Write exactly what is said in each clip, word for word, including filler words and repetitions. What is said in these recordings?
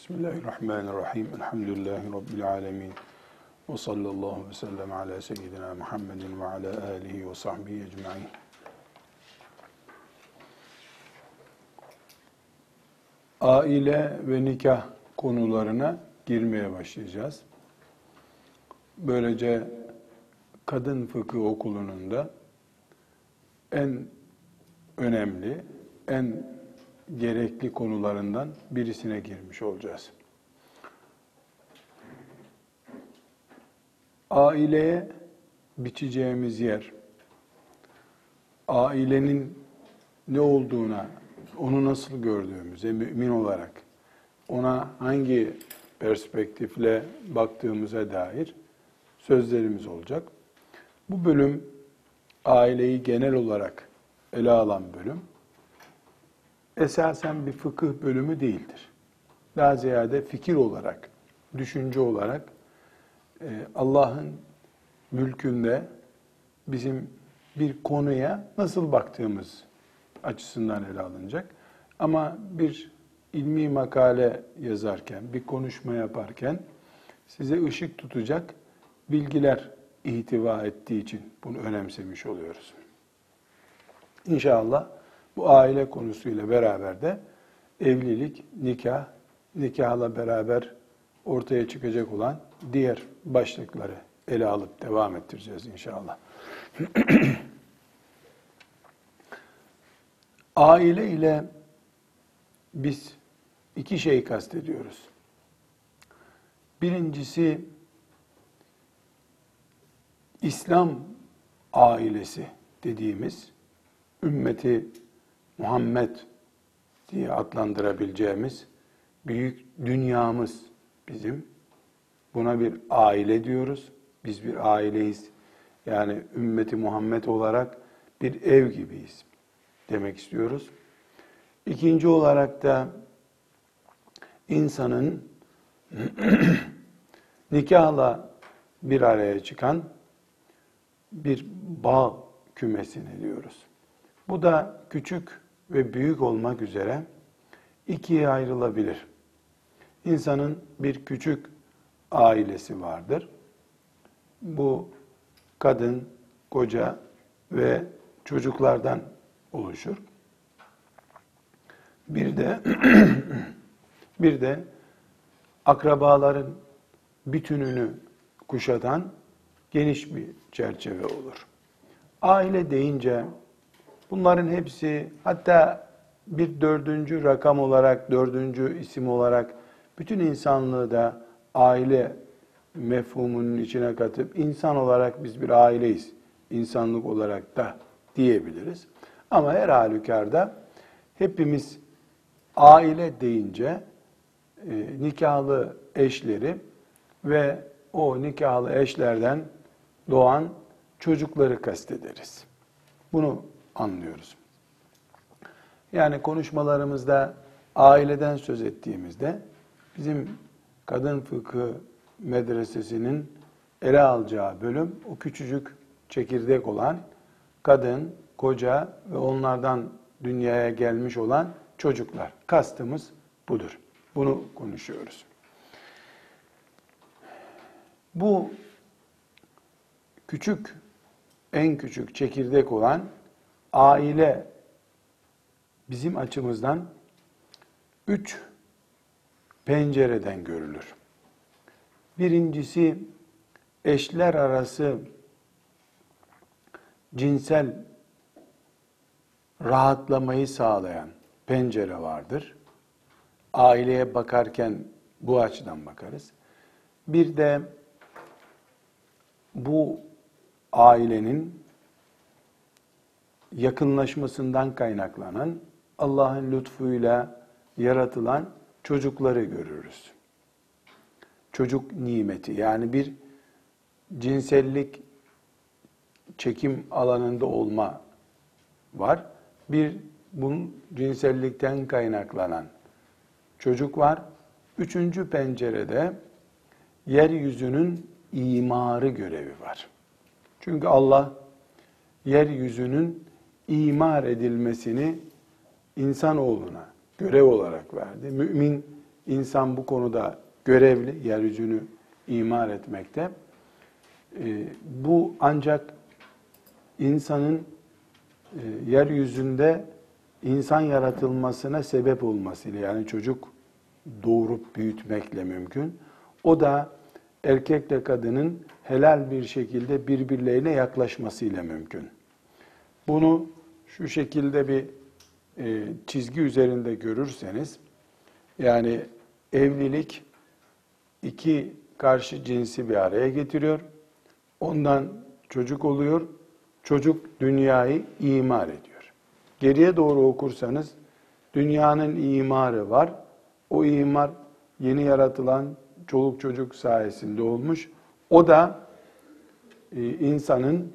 Bismillahirrahmanirrahim. Elhamdülillahi Rabbil alemin. Ve sallallahu ve sellem ala seyyidina Muhammedin ve ala alihi ve sahbihi ecma'in. Aile ve nikah konularına girmeye başlayacağız. Böylece kadın fıkıh okulunun da en önemli, en gerekli konularından birisine girmiş olacağız. Aileye biçeceğimiz yer, ailenin ne olduğuna, onu nasıl gördüğümüze mümin olarak, ona hangi perspektifle baktığımıza dair sözlerimiz olacak. Bu bölüm aileyi genel olarak ele alan bölüm. Esasen bir fıkıh bölümü değildir. Daha ziyade fikir olarak, düşünce olarak Allah'ın mülkünde bizim bir konuya nasıl baktığımız açısından ele alınacak. Ama bir ilmi makale yazarken, bir konuşma yaparken size ışık tutacak bilgiler ihtiva ettiği için bunu önemsemiş oluyoruz. İnşallah bu aile konusuyla beraber de evlilik, nikah, nikahla beraber ortaya çıkacak olan diğer başlıkları ele alıp devam ettireceğiz inşallah. Aile ile biz iki şey kastediyoruz. Birincisi İslam ailesi dediğimiz ümmeti Muhammed diye adlandırabileceğimiz büyük dünyamız bizim. Buna bir aile diyoruz. Biz bir aileyiz. Yani ümmeti Muhammed olarak bir ev gibiyiz demek istiyoruz. İkinci olarak da insanın nikahla bir araya çıkan bir bağ kümesini diyoruz. Bu da küçük ve büyük olmak üzere ikiye ayrılabilir. İnsanın bir küçük ailesi vardır. Bu kadın, koca ve çocuklardan oluşur. Bir de bir de akrabaların bütününü kuşatan geniş bir çerçeve olur. Aile deyince bunların hepsi, hatta bir dördüncü rakam olarak, dördüncü isim olarak bütün insanlığı da aile mefhumunun içine katıp insan olarak biz bir aileyiz, insanlık olarak da diyebiliriz. Ama her halükarda hepimiz aile deyince e, nikahlı eşleri ve o nikahlı eşlerden doğan çocukları kastederiz. Bunu anlıyoruz. Yani konuşmalarımızda aileden söz ettiğimizde bizim kadın fıkhı medresesinin ele alacağı bölüm o küçücük çekirdek olan kadın, koca ve onlardan dünyaya gelmiş olan çocuklar. Kastımız budur. Bunu konuşuyoruz. Bu küçük, en küçük çekirdek olan aile bizim açımızdan üç pencereden görülür. Birincisi eşler arası cinsel rahatlamayı sağlayan pencere vardır. Aileye bakarken bu açıdan bakarız. Bir de bu ailenin yakınlaşmasından kaynaklanan Allah'ın lütfuyla yaratılan çocukları görürüz. Çocuk nimeti, yani bir cinsellik çekim alanında olma var. Bir bunun cinsellikten kaynaklanan çocuk var. Üçüncü pencerede yeryüzünün imarı görevi var. Çünkü Allah yeryüzünün imar edilmesini insanoğluna görev olarak verdi. Mümin İnsan bu konuda görevli, yeryüzünü imar etmekte. E, bu ancak insanın e, yeryüzünde insan yaratılmasına sebep olmasıyla, yani çocuk doğurup büyütmekle mümkün. O da erkekle kadının helal bir şekilde birbirlerine yaklaşmasıyla mümkün. Bunu şu şekilde bir e, çizgi üzerinde görürseniz, yani evlilik iki karşı cinsi bir araya getiriyor. Ondan çocuk oluyor. Çocuk dünyayı imar ediyor. Geriye doğru okursanız dünyanın imarı var. O imar yeni yaratılan çoluk çocuk sayesinde olmuş. O da e, insanın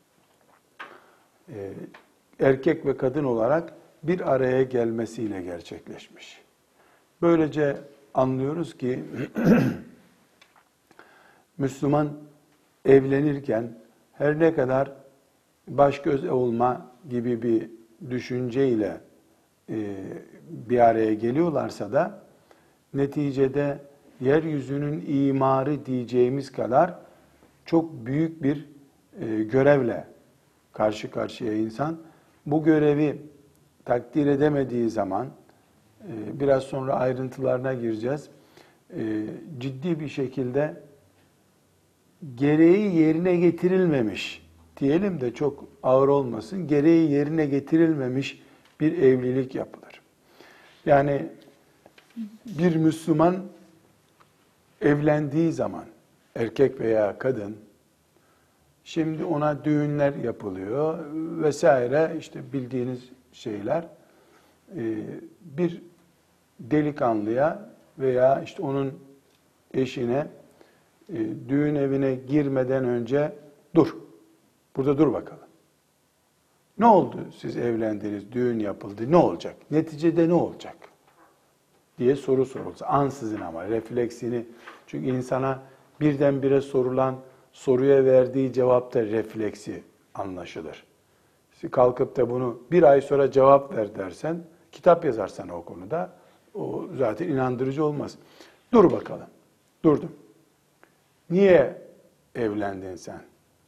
e, erkek ve kadın olarak bir araya gelmesiyle gerçekleşmiş. Böylece anlıyoruz ki Müslüman evlenirken her ne kadar baş göz olma gibi bir düşünceyle e, bir araya geliyorlarsa da neticede yeryüzünün imarı diyeceğimiz kadar çok büyük bir e, görevle karşı karşıya insan. Bu görevi takdir edemediği zaman, e, biraz sonra ayrıntılarına gireceğiz, e, ciddi bir şekilde gereği yerine getirilmemiş, diyelim de çok ağır olmasın, gereği yerine getirilmemiş bir evlilik yapılır. Yani bir Müslüman evlendiği zaman, erkek veya kadın, şimdi ona düğünler yapılıyor vesaire, işte bildiğiniz şeyler, bir delikanlıya veya işte onun eşine düğün evine girmeden önce dur, burada dur bakalım. Ne oldu, siz evlendiniz, düğün yapıldı, ne olacak? Neticede ne olacak? Diye soru sorulsa, ansızın ama refleksini, çünkü insana birdenbire sorulan soruya verdiği cevapta refleksi anlaşılır. Siz kalkıp da bunu bir ay sonra cevap ver dersen, kitap yazarsan o konuda, o zaten inandırıcı olmaz. Dur bakalım, durdum. Niye evlendin sen?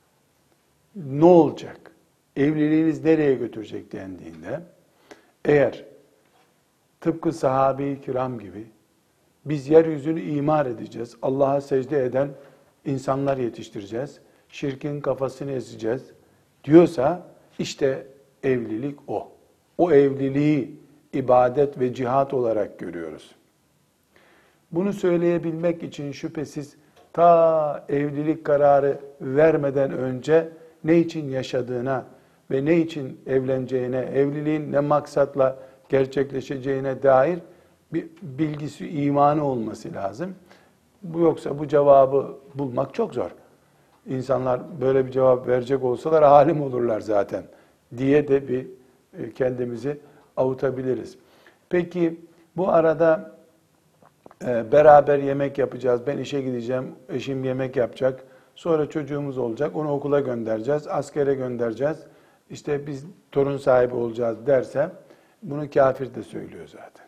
Ne olacak? Evliliğiniz nereye götürecek dendiğinde, eğer tıpkı sahabe-i kiram gibi biz yeryüzünü imar edeceğiz, Allah'a secde eden insanlar yetiştireceğiz, şirkin kafasını ezeceğiz diyorsa, işte evlilik o. O evliliği ibadet ve cihat olarak görüyoruz. Bunu söyleyebilmek için şüphesiz ta evlilik kararı vermeden önce ne için yaşadığına ve ne için evleneceğine, evliliğin ne maksatla gerçekleşeceğine dair bir bilgisi, imanı olması lazım. Bu yoksa bu cevabı bulmak çok zor. İnsanlar böyle bir cevap verecek olsalar alim olurlar zaten diye de bir kendimizi avutabiliriz. Peki bu arada e, beraber yemek yapacağız. Ben işe gideceğim, eşim yemek yapacak. Sonra çocuğumuz olacak, onu okula göndereceğiz, askere göndereceğiz. İşte biz torun sahibi olacağız derse, bunu kafir de söylüyor zaten.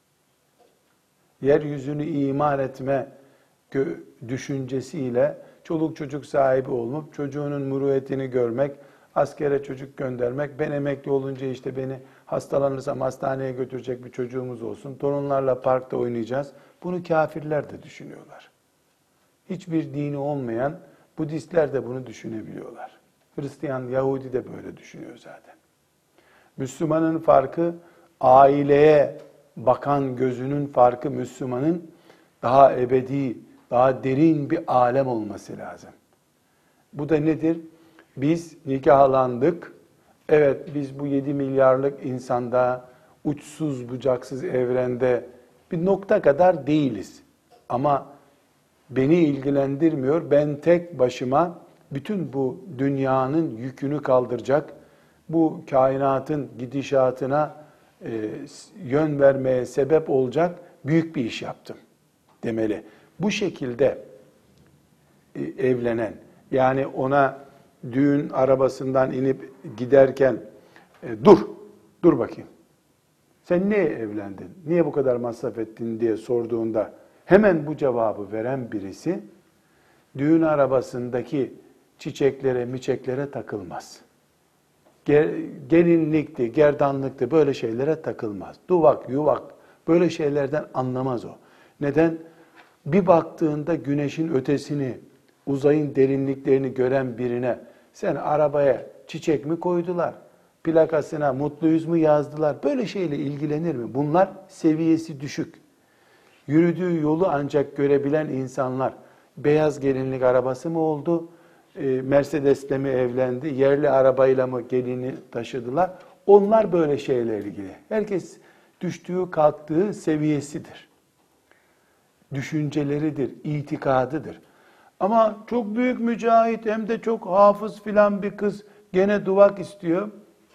Yeryüzünü imar etme düşüncesiyle çoluk çocuk sahibi olup çocuğunun mürüvvetini görmek, askere çocuk göndermek, ben emekli olunca işte beni hastalanırsam hastaneye götürecek bir çocuğumuz olsun, torunlarla parkta oynayacağız. Bunu kafirler de düşünüyorlar. Hiçbir dini olmayan Budistler de bunu düşünebiliyorlar. Hristiyan, Yahudi de böyle düşünüyor zaten. Müslümanın farkı, aileye bakan gözünün farkı, Müslümanın daha ebedi, daha derin bir alem olması lazım. Bu da nedir? Biz nikahlandık. Evet, biz bu yedi milyarlık insanda, uçsuz bucaksız evrende bir nokta kadar değiliz. Ama beni ilgilendirmiyor. Ben tek başıma bütün bu dünyanın yükünü kaldıracak, bu kainatın gidişatına e, yön vermeye sebep olacak büyük bir iş yaptım demeli. Bu şekilde e, evlenen, yani ona düğün arabasından inip giderken e, dur, dur bakayım. sen niye evlendin, niye bu kadar masraf ettin diye sorduğunda hemen bu cevabı veren birisi, düğün arabasındaki çiçeklere, miçeklere takılmaz. Gelinlikti, gerdanlıktı, böyle şeylere takılmaz. Duvak, yuvak, böyle şeylerden anlamaz o. Neden? Bir baktığında güneşin ötesini, uzayın derinliklerini gören birine, sen arabaya çiçek mi koydular, plakasına mutluyuz mu yazdılar, böyle şeyle ilgilenir mi? Bunlar seviyesi düşük. Yürüdüğü yolu ancak görebilen insanlar, beyaz gelinlik arabası mı oldu, Mercedes'le mi evlendi, yerli arabayla mı gelini taşıdılar? Onlar böyle şeylerle ilgili. Herkes düştüğü, kalktığı seviyesidir. Düşünceleridir, itikadıdır. Ama çok büyük mücahit, hem de çok hafız filan bir kız gene duvak istiyor.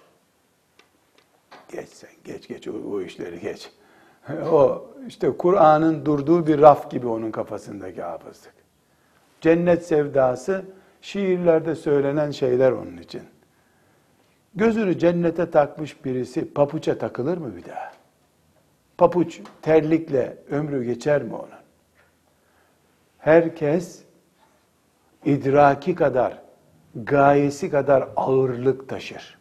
Geç sen, geç geç o, o işleri geç. O işte Kur'an'ın durduğu bir raf gibi onun kafasındaki hafızlık. Cennet sevdası, şiirlerde söylenen şeyler onun için. Gözünü cennete takmış birisi papuça takılır mı bir daha? Papuç, terlikle ömrü geçer mi onun? Herkes idraki kadar, gayesi kadar ağırlık taşır.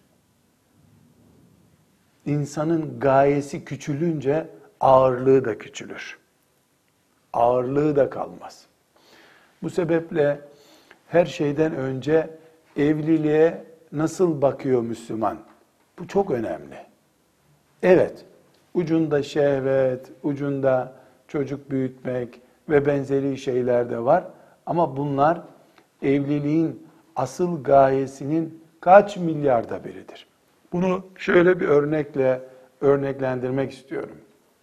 İnsanın gayesi küçülünce ağırlığı da küçülür. Ağırlığı da kalmaz. Bu sebeple her şeyden önce evliliğe nasıl bakıyor Müslüman? Bu çok önemli. Evet, ucunda şehvet, ucunda çocuk büyütmek ve benzeri şeyler de var. Ama bunlar evliliğin asıl gayesinin kaç milyarda biridir. Bunu şöyle bir örnekle örneklendirmek istiyorum.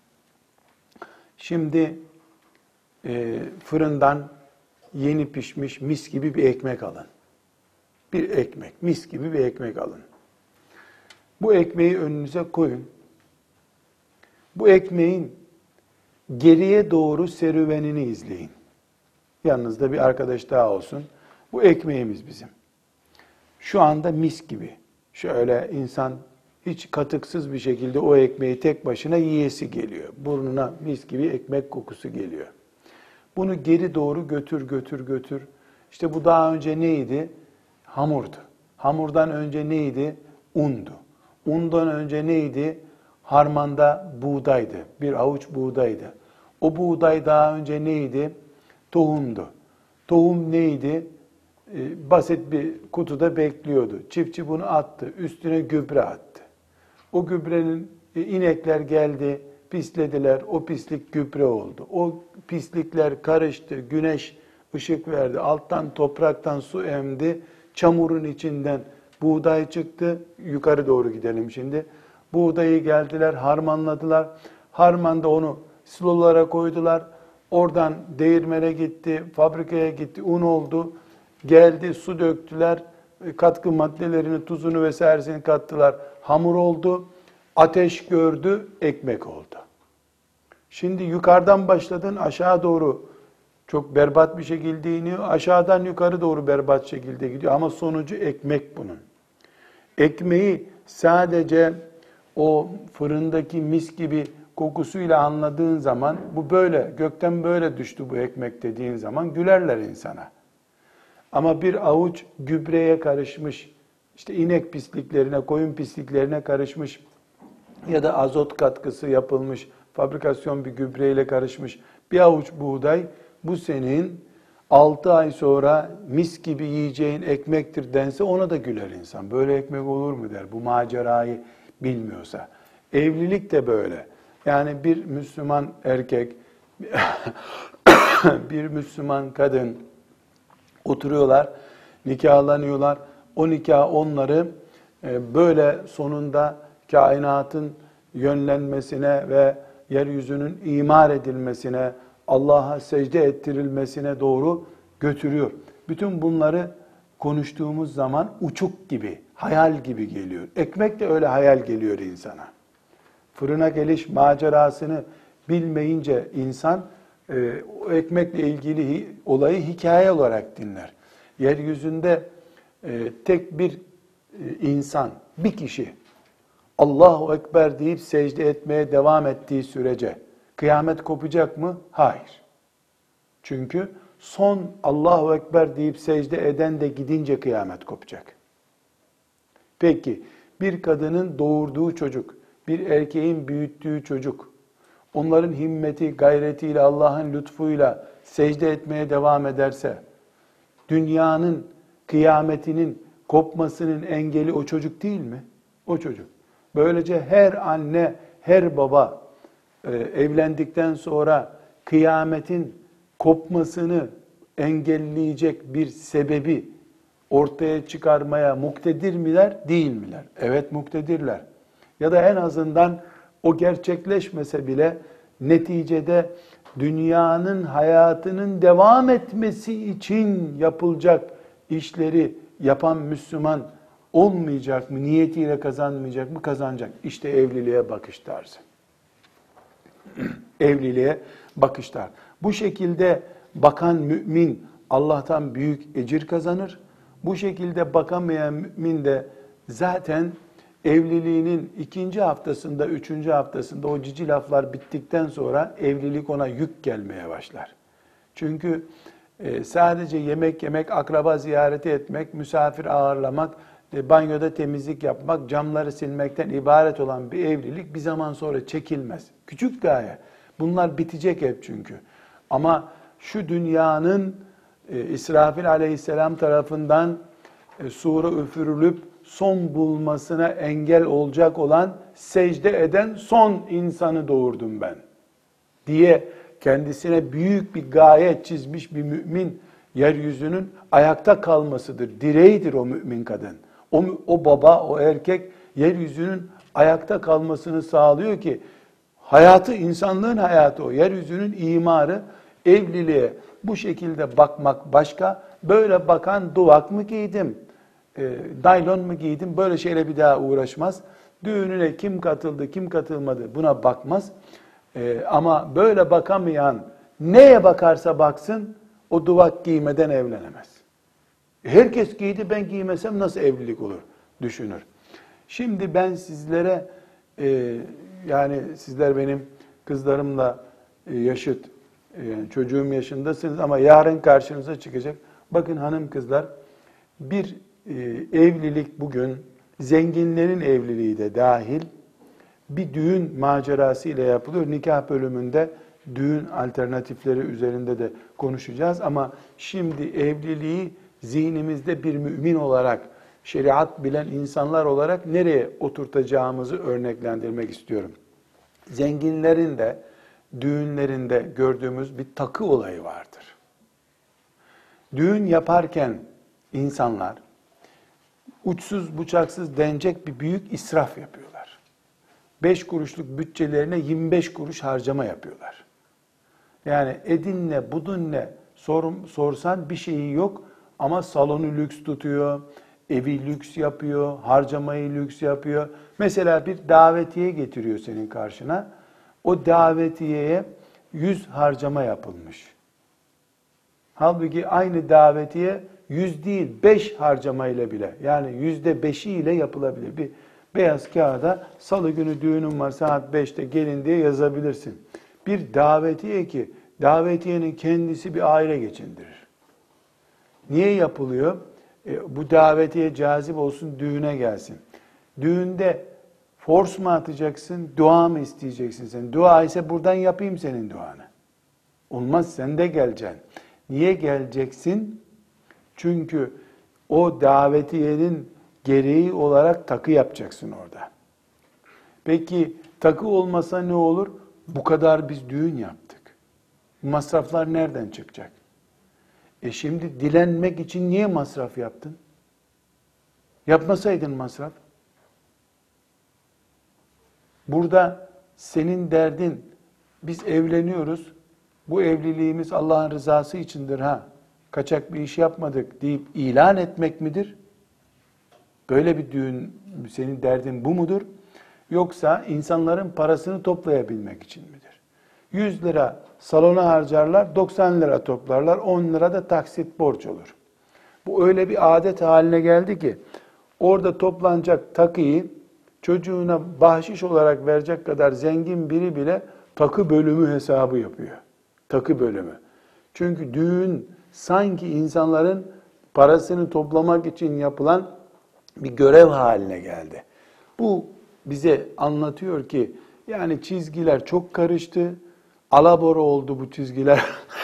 Şimdi e, fırından yeni pişmiş mis gibi bir ekmek alın. Bir ekmek, mis gibi bir ekmek alın. Bu ekmeği önünüze koyun. Bu ekmeğin geriye doğru serüvenini izleyin. Yanınızda bir arkadaş daha olsun. Bu ekmeğimiz bizim. Şu anda mis gibi. Şöyle insan hiç katıksız bir şekilde o ekmeği tek başına yiyesi geliyor. Burnuna mis gibi ekmek kokusu geliyor. Bunu geri doğru götür, götür, götür. İşte bu daha önce neydi? Hamurdu. Hamurdan önce neydi? Undu. Undan önce neydi? Harmanda buğdaydı. Bir avuç buğdaydı. O buğday daha önce neydi? Tohumdu. Tohum neydi? Ee, basit bir kutuda bekliyordu. Çiftçi bunu attı. Üstüne gübre attı. O gübrenin e, inekler geldi, pislediler. O pislik gübre oldu. O pislikler karıştı. Güneş ışık verdi. Alttan topraktan su emdi. Çamurun içinden buğday çıktı. Yukarı doğru gidelim şimdi. Buğdayı geldiler, harmanladılar. Harmanda onu silolara koydular. Oradan değirmene gitti, fabrikaya gitti, un oldu. Geldi, su döktüler. Katkı maddelerini, tuzunu vesairesini kattılar. Hamur oldu. Ateş gördü, ekmek oldu. Şimdi yukarıdan başladın, aşağı doğru çok berbat bir şekilde iniyor. Aşağıdan yukarı doğru berbat şekilde gidiyor. Ama sonucu ekmek bunun. Ekmeği sadece o fırındaki mis gibi kokusuyla anladığın zaman, bu böyle, gökten böyle düştü bu ekmek dediğin zaman gülerler insana. Ama bir avuç gübreye karışmış, işte inek pisliklerine, koyun pisliklerine karışmış ya da azot katkısı yapılmış, fabrikasyon bir gübreyle karışmış bir avuç buğday, bu senin altı ay sonra mis gibi yiyeceğin ekmektir dense ona da güler insan. Böyle ekmek olur mu der, bu macerayı bilmiyorsa. Evlilik de böyle. Yani bir Müslüman erkek, bir Müslüman kadın oturuyorlar, nikahlanıyorlar. O nikah onları böyle sonunda kainatın yönlenmesine ve yeryüzünün imar edilmesine, Allah'a secde ettirilmesine doğru götürüyor. Bütün bunları konuştuğumuz zaman uçuk gibi, hayal gibi geliyor. Ekmek de öyle hayal geliyor insana. Fırına geliş macerasını bilmeyince insan e, o ekmekle ilgili olayı hikaye olarak dinler. Yeryüzünde e, tek bir e, insan, bir kişi Allahu Ekber deyip secde etmeye devam ettiği sürece kıyamet kopacak mı? Hayır. Çünkü son Allahu Ekber deyip secde eden de gidince kıyamet kopacak. Peki bir kadının doğurduğu çocuk, bir erkeğin büyüttüğü çocuk, onların himmeti, gayretiyle, Allah'ın lütfuyla secde etmeye devam ederse, dünyanın kıyametinin kopmasının engeli o çocuk değil mi? O çocuk. Böylece her anne, her baba e, evlendikten sonra kıyametin kopmasını engelleyecek bir sebebi ortaya çıkarmaya muktedir miler, değil miler? Evet, muktedirler. Ya da en azından o gerçekleşmese bile neticede dünyanın hayatının devam etmesi için yapılacak işleri yapan Müslüman olmayacak mı? Niyetiyle kazanmayacak mı? Kazanacak. İşte evliliğe bakış tarzı. Evliliğe bakış tarzı. Bu şekilde bakan mümin Allah'tan büyük ecir kazanır. Bu şekilde bakamayan mümin de zaten evliliğinin ikinci haftasında, üçüncü haftasında o cici laflar bittikten sonra evlilik ona yük gelmeye başlar. Çünkü sadece yemek yemek, akraba ziyareti etmek, misafir ağırlamak, banyoda temizlik yapmak, camları silmekten ibaret olan bir evlilik bir zaman sonra çekilmez. Küçük gaye. Bunlar bitecek hep çünkü. Ama şu dünyanın İsrafil aleyhisselam tarafından sura üfürülüp son bulmasına engel olacak olan secde eden son insanı doğurdum ben diye kendisine büyük bir gaye çizmiş bir mümin yeryüzünün ayakta kalmasıdır. Direğidir o mümin kadın. O, o baba, o erkek yeryüzünün ayakta kalmasını sağlıyor ki hayatı, insanlığın hayatı o. Yeryüzünün imarı, evliliğe bu şekilde bakmak başka. Böyle bakan duvak mı giydim, e, naylon mu giydim, böyle şeyle bir daha uğraşmaz. Düğününe kim katıldı, kim katılmadı buna bakmaz. E, ama böyle bakamayan neye bakarsa baksın o duvak giymeden evlenemez. Herkes giydi, ben giymesem nasıl evlilik olur düşünür. Şimdi ben sizlere e, yani sizler benim kızlarımla e, yaşıt, e, çocuğum yaşındasınız ama yarın karşınıza çıkacak. Bakın hanım kızlar, bir e, evlilik bugün zenginlerin evliliği de dahil bir düğün macerası ile yapılıyor. Nikah bölümünde düğün alternatifleri üzerinde de konuşacağız ama şimdi evliliği zihnimizde bir mümin olarak, şeriat bilen insanlar olarak nereye oturtacağımızı örneklendirmek istiyorum. Zenginlerin de düğünlerinde gördüğümüz bir takı olayı vardır. Düğün yaparken insanlar uçsuz bucaksız denecek bir büyük israf yapıyorlar. Beş kuruşluk bütçelerine yirmi beş kuruş harcama yapıyorlar. Yani edin ne, budun ne sor, sorsan bir şeyi yok ama salonu lüks tutuyor, evi lüks yapıyor, harcamayı lüks yapıyor. Mesela bir davetiye getiriyor senin karşına. O davetiyeye yüz harcama yapılmış. Halbuki aynı davetiye yüz değil, beş harcamayla bile, yani yüzde beşi ile yapılabilir. Bir beyaz kağıda salı günü düğünüm var saat beşte gelin diye yazabilirsin. Bir davetiye ki davetiyenin kendisi bir aile geçindirir. Niye yapılıyor? E, bu davetiye cazip olsun, düğüne gelsin. Düğünde force mu atacaksın, dua mı isteyeceksin sen? Dua ise buradan yapayım senin duanı. Olmaz, sen de geleceksin. Niye geleceksin? Çünkü o davetiyenin gereği olarak takı yapacaksın orada. Peki takı olmasa ne olur? Bu kadar biz düğün yaptık. Masraflar nereden çıkacak? E şimdi dilenmek için niye masraf yaptın? Yapmasaydın masraf. Burada senin derdin, biz evleniyoruz, bu evliliğimiz Allah'ın rızası içindir ha, kaçak bir iş yapmadık deyip ilan etmek midir? Böyle bir düğün, senin derdin bu mudur? Yoksa insanların parasını toplayabilmek için midir? yüz lira salona harcarlar, doksan lira toplarlar, on lira da taksit borç olur. Bu öyle bir adet haline geldi ki, orada toplanacak takıyı çocuğuna bahşiş olarak verecek kadar zengin biri bile takı bölümü hesabı yapıyor. Takı bölümü. Çünkü düğün sanki insanların parasını toplamak için yapılan bir görev haline geldi. Bu bize anlatıyor ki yani çizgiler çok karıştı. Alabora oldu bu çizgiler.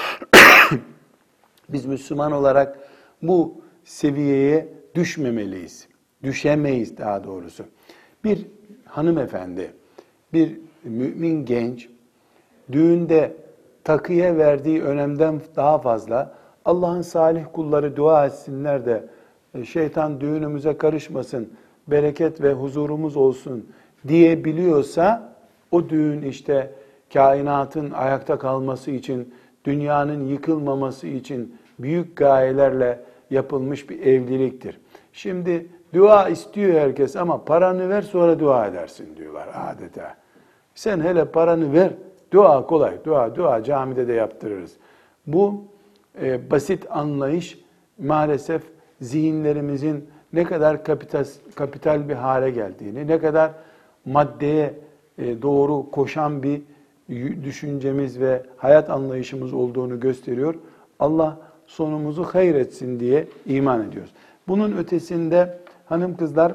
Biz Müslüman olarak bu seviyeye düşmemeliyiz. Düşemeyiz daha doğrusu. Bir hanımefendi, bir mümin genç düğünde takıya verdiği önemden daha fazla Allah'ın salih kulları dua etsinler de şeytan düğünümüze karışmasın, bereket ve huzurumuz olsun diyebiliyorsa o düğün işte kainatın ayakta kalması için, dünyanın yıkılmaması için büyük gayelerle yapılmış bir evliliktir. Şimdi dua istiyor herkes ama paranı ver sonra dua edersin diyorlar adeta. Sen hele paranı ver, dua kolay, dua dua camide de yaptırırız. Bu e, basit anlayış maalesef zihinlerimizin ne kadar kapital, kapital bir hale geldiğini, ne kadar maddeye e, doğru koşan bir düşüncemiz ve hayat anlayışımız olduğunu gösteriyor. Allah sonumuzu hayır etsin diye iman ediyoruz. Bunun ötesinde hanım kızlar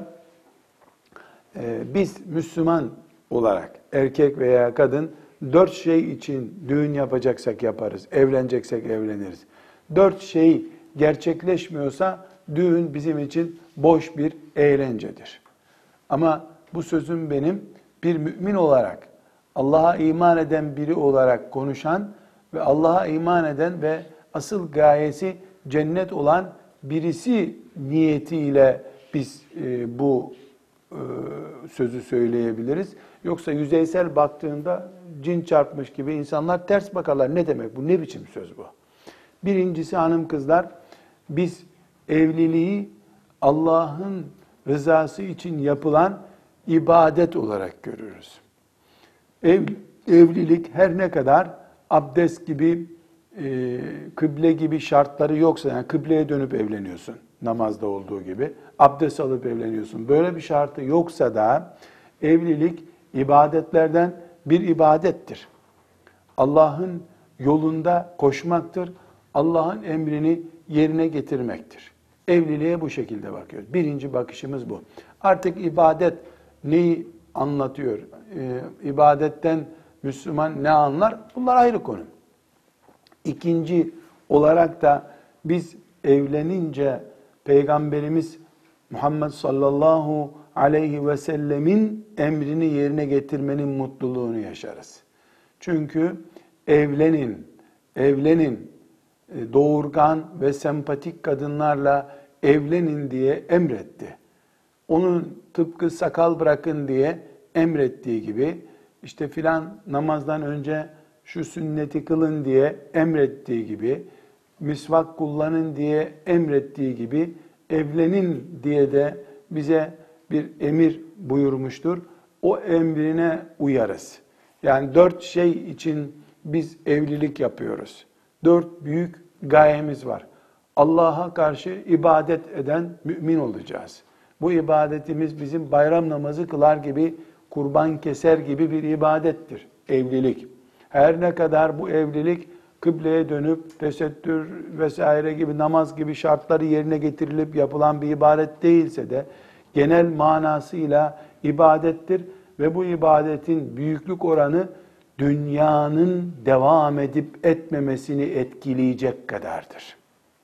e, biz Müslüman olarak erkek veya kadın dört şey için düğün yapacaksak yaparız, evleneceksek evleniriz. Dört şey gerçekleşmiyorsa düğün bizim için boş bir eğlencedir. Ama bu sözüm benim bir mümin olarak, Allah'a iman eden biri olarak konuşan ve Allah'a iman eden ve asıl gayesi cennet olan birisi niyetiyle biz e, bu e, sözü söyleyebiliriz. Yoksa yüzeysel baktığında cin çarpmış gibi insanlar ters bakarlar. Ne demek bu? Ne biçim söz bu? Birincisi hanım kızlar, biz evliliği Allah'ın rızası için yapılan ibadet olarak görürüz. Ev, evlilik her ne kadar abdest gibi, e, kıble gibi şartları yoksa, yani kıbleye dönüp evleniyorsun namazda olduğu gibi, abdest alıp evleniyorsun. Böyle bir şartı yoksa da evlilik ibadetlerden bir ibadettir. Allah'ın yolunda koşmaktır. Allah'ın emrini yerine getirmektir. Evliliğe bu şekilde bakıyoruz. Birinci bakışımız bu. Artık ibadet neyi anlatıyor? Ee, ibadetten Müslüman ne anlar? Bunlar ayrı konu. İkinci olarak da biz evlenince Peygamberimiz Muhammed sallallahu aleyhi ve sellemin emrini yerine getirmenin mutluluğunu yaşarız. Çünkü evlenin, evlenin, doğurgan ve sempatik kadınlarla evlenin diye emretti. Onun tıpkı sakal bırakın diye emrettiği gibi, işte filan namazdan önce şu sünneti kılın diye emrettiği gibi, misvak kullanın diye emrettiği gibi, evlenin diye de bize bir emir buyurmuştur. O emrine uyarız. Yani dört şey için biz evlilik yapıyoruz. Dört büyük gayemiz var. Allah'a karşı ibadet eden mümin olacağız. Bu ibadetimiz bizim bayram namazı kılar gibi, kurban keser gibi bir ibadettir. Evlilik. Her ne kadar bu evlilik kıbleye dönüp tesettür vesaire gibi, namaz gibi şartları yerine getirilip yapılan bir ibadet değilse de genel manasıyla ibadettir ve bu ibadetin büyüklük oranı dünyanın devam edip etmemesini etkileyecek kadardır.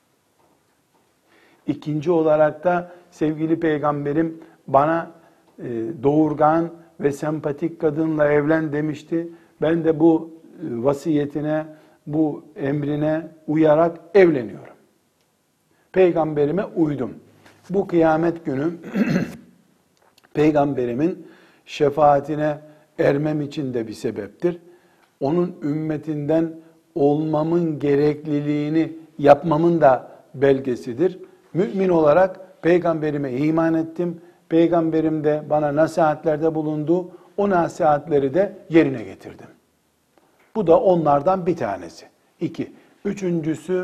İkinci olarak da sevgili Peygamberim bana e, doğurgan ve sempatik kadınla evlen demişti. Ben de bu e, vasiyetine, bu emrine uyarak evleniyorum. Peygamberime uydum. Bu kıyamet günü Peygamberimin şefaatine ermem için de bir sebeptir. Onun ümmetinden olmamın gerekliliğini yapmamın da belgesidir. Mümin olarak Peygamberime iman ettim. Peygamberim de bana nasihatlerde bulundu. O nasihatleri de yerine getirdim. Bu da onlardan bir tanesi. İki. Üçüncüsü,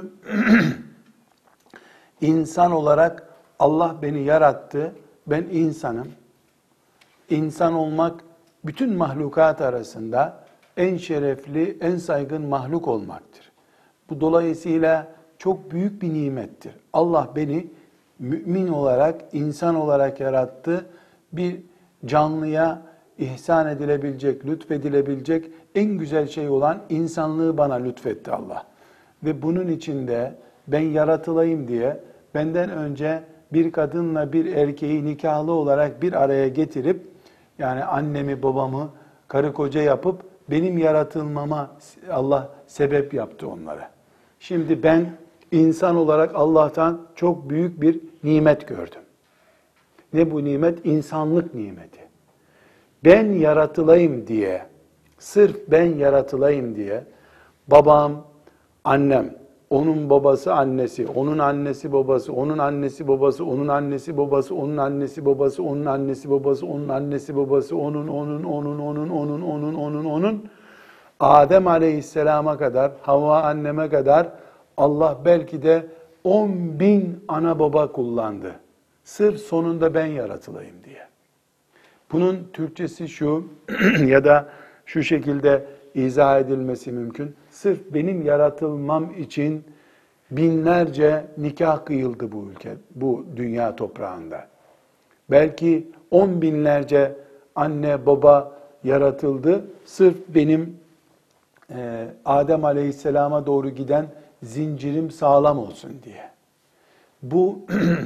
insan olarak Allah beni yarattı. Ben insanım. İnsan olmak bütün mahlukat arasında en şerefli, en saygın mahluk olmaktır. Bu dolayısıyla çok büyük bir nimettir. Allah beni mümin olarak, insan olarak yarattı. Bir canlıya ihsan edilebilecek, lütfedilebilecek en güzel şey olan insanlığı bana lütfetti Allah. Ve bunun içinde ben yaratılayım diye benden önce bir kadınla bir erkeği nikahlı olarak bir araya getirip, yani annemi babamı karı koca yapıp benim yaratılmama Allah sebep yaptı onlara. Şimdi ben insan olarak Allah'tan çok büyük bir nimet gördüm. Ne bu nimet? İnsanlık nimeti. Ben yaratılayım diye, sırf ben yaratılayım diye babam, annem, onun babası annesi, onun annesi babası, onun annesi babası, onun annesi babası, onun annesi babası, onun annesi babası, onun annesi babası, onun, onun, onun, onun, onun, onun, onun, onun, Adem Aleyhisselam'a kadar, Havva anneme kadar Allah belki de on bin ana baba kullandı. Sırf sonunda ben yaratılayım diye. Bunun Türkçesi şu ya da şu şekilde izah edilmesi mümkün. Sırf benim yaratılmam için binlerce nikah kıyıldı bu ülke, bu dünya toprağında. Belki on binlerce anne baba yaratıldı. Sırf benim e, Adem Aleyhisselam'a doğru giden zincirim sağlam olsun diye. Bu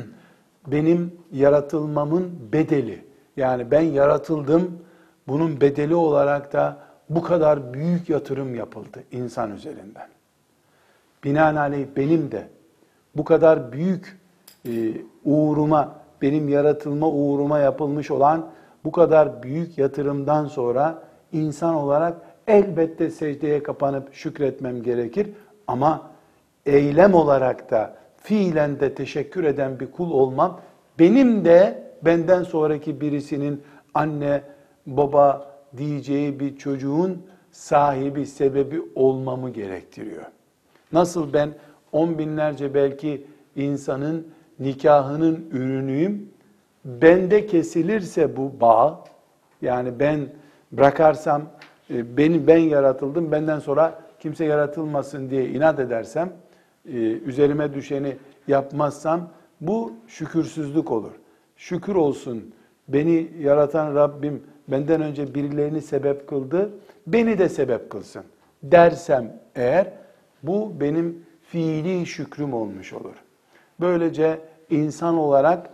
benim yaratılmamın bedeli. Yani ben yaratıldım, bunun bedeli olarak da bu kadar büyük yatırım yapıldı insan üzerinden. Binaenaleyh benim de bu kadar büyük e, uğruma, benim yaratılma uğruma yapılmış olan bu kadar büyük yatırımdan sonra insan olarak elbette secdeye kapanıp şükretmem gerekir. Ama eylem olarak da fiilen de teşekkür eden bir kul olmam, benim de benden sonraki birisinin anne, baba diyeceği bir çocuğun sahibi, sebebi olmamı gerektiriyor. Nasıl ben on binlerce belki insanın nikahının ürünüyüm, bende kesilirse bu bağ, yani ben bırakarsam, beni ben yaratıldım, benden sonra kimse yaratılmasın diye inat edersem, üzerime düşeni yapmazsam, bu şükürsüzlük olur. Şükür olsun, beni yaratan Rabbim benden önce birilerini sebep kıldı, beni de sebep kılsın dersem eğer, bu benim fiili şükrüm olmuş olur. Böylece insan olarak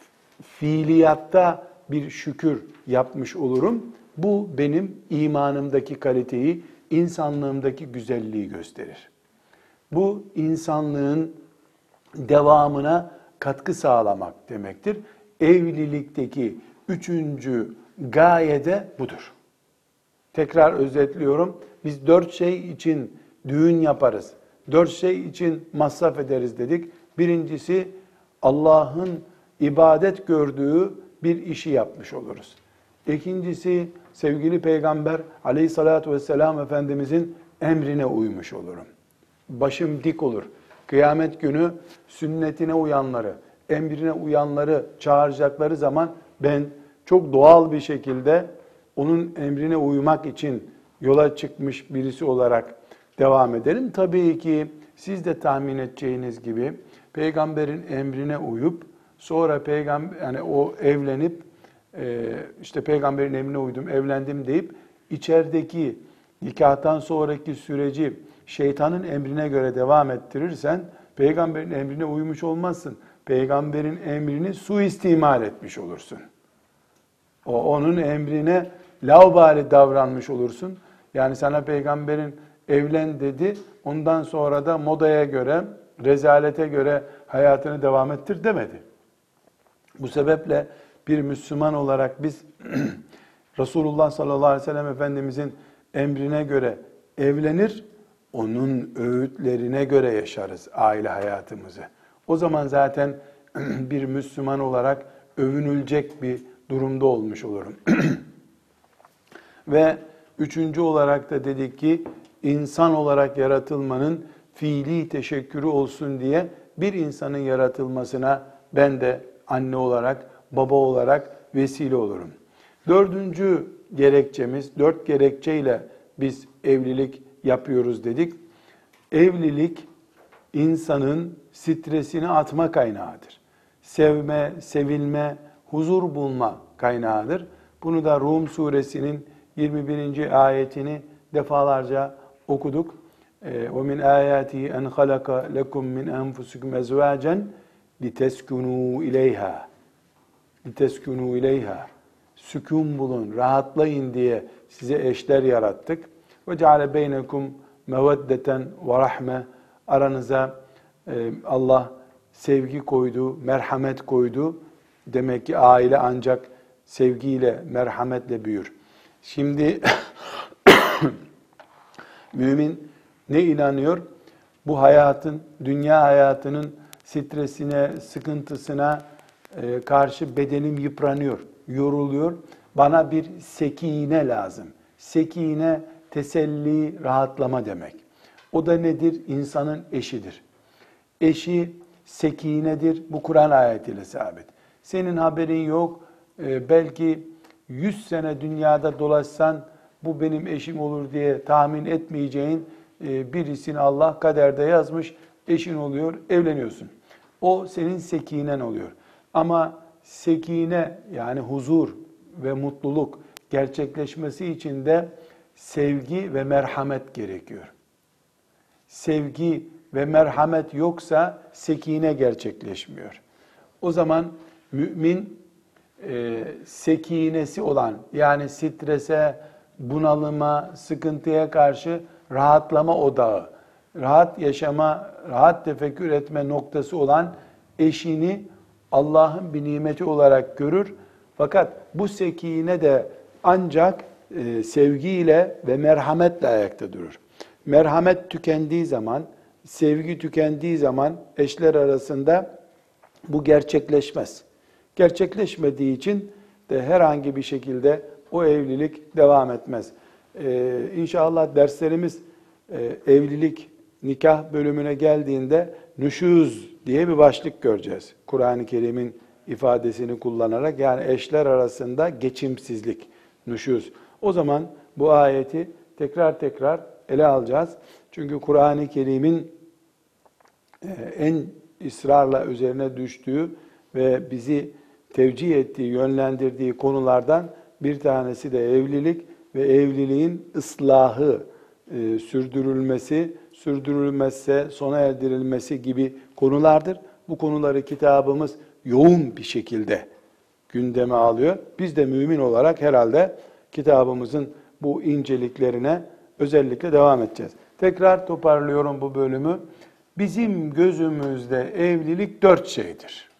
fiiliyatta bir şükür yapmış olurum. Bu benim imanımdaki kaliteyi, insanlığımdaki güzelliği gösterir. Bu insanlığın devamına katkı sağlamak demektir. Evlilikteki üçüncü gaye de budur. Tekrar özetliyorum. Biz dört şey için düğün yaparız. Dört şey için masraf ederiz dedik. Birincisi, Allah'ın ibadet gördüğü bir işi yapmış oluruz. İkincisi, sevgili Peygamber aleyhissalatü vesselam Efendimizin emrine uymuş olurum. Başım dik olur. Kıyamet günü sünnetine uyanları, emrine uyanları çağıracakları zaman ben çok doğal bir şekilde onun emrine uymak için yola çıkmış birisi olarak devam ederim. Tabii ki siz de tahmin edeceğiniz gibi peygamberin emrine uyup sonra peygamber, yani o evlenip işte peygamberin emrine uydum, evlendim deyip içerideki nikahtan sonraki süreci şeytanın emrine göre devam ettirirsen peygamberin emrine uymuş olmazsın. Peygamberin emrini suistimal etmiş olursun. O onun emrine laubali davranmış olursun. Yani sana peygamberin evlen dedi, ondan sonra da modaya göre, rezalete göre hayatını devam ettir demedi. Bu sebeple bir Müslüman olarak biz Resulullah sallallahu aleyhi ve sellem Efendimizin emrine göre evlenir, onun öğütlerine göre yaşarız aile hayatımızı. O zaman zaten bir Müslüman olarak övünülecek bir durumda olmuş olurum. Ve üçüncü olarak da dedik ki insan olarak yaratılmanın fiili teşekkürü olsun diye bir insanın yaratılmasına ben de anne olarak, baba olarak vesile olurum. Dördüncü gerekçemiz, dört gerekçeyle biz evlilik yapıyoruz dedik. Evlilik insanın stresini atma kaynağıdır. Sevme, sevilme, huzur bulma kaynağıdır. Bunu da Rum suresinin yirmi birinci ayetini defalarca okuduk. وَمِنْ آيَاتِهِ أَنْ خَلَقَ لَكُمْ مِنْ أَنْفُسِكُمْ أَزْوَاجًا لِتَسْكُنُوا إِلَيْهَا لِتَسْكُنُوا إِلَيْهَا Sükun bulun, rahatlayın diye size eşler yarattık. وَجَعَلَ بَيْنَكُمْ مَوَدَّةً وَرَحْمَةً Aranıza Allah sevgi koydu, merhamet koydu. Demek ki aile ancak sevgiyle, merhametle büyür. Şimdi mümin ne inanıyor? Bu hayatın, dünya hayatının stresine, sıkıntısına karşı bedenim yıpranıyor, yoruluyor. Bana bir sekine lazım. Sekine, teselli, rahatlama demek. O da nedir? İnsanın eşidir. Eşi sekinedir. Bu Kur'an ayetiyle sabit. Senin haberin yok. Belki yüz sene dünyada dolaşsan bu benim eşim olur diye tahmin etmeyeceğin birisini Allah kaderde yazmış. Eşin oluyor, evleniyorsun. O senin sekinen oluyor. Ama sekine yani huzur ve mutluluk gerçekleşmesi için de sevgi ve merhamet gerekiyor. Sevgi ve merhamet yoksa sekine gerçekleşmiyor. O zaman mümin e, sekinesi olan yani strese, bunalıma, sıkıntıya karşı rahatlama odağı, rahat yaşama, rahat tefekkür etme noktası olan eşini Allah'ın bir nimeti olarak görür. Fakat bu sekine de ancak e, sevgiyle ve merhametle ayakta durur. Merhamet tükendiği zaman, sevgi tükendiği zaman eşler arasında bu gerçekleşmez. Gerçekleşmediği için de herhangi bir şekilde o evlilik devam etmez. Ee, İnşallah derslerimiz e, evlilik, nikah bölümüne geldiğinde nüşuz diye bir başlık göreceğiz. Kur'an-ı Kerim'in ifadesini kullanarak yani eşler arasında geçimsizlik, nüşuz. O zaman bu ayeti tekrar tekrar ele alacağız. Çünkü Kur'an-ı Kerim'in en ısrarla üzerine düştüğü ve bizi tevcih ettiği, yönlendirdiği konulardan bir tanesi de evlilik ve evliliğin ıslahı, sürdürülmesi, sürdürülmezse sona erdirilmesi gibi konulardır. Bu konuları kitabımız yoğun bir şekilde gündeme alıyor. Biz de mümin olarak herhalde kitabımızın bu inceliklerine özellikle devam edeceğiz. Tekrar toparlıyorum bu bölümü. Bizim gözümüzde evlilik dört şeydir.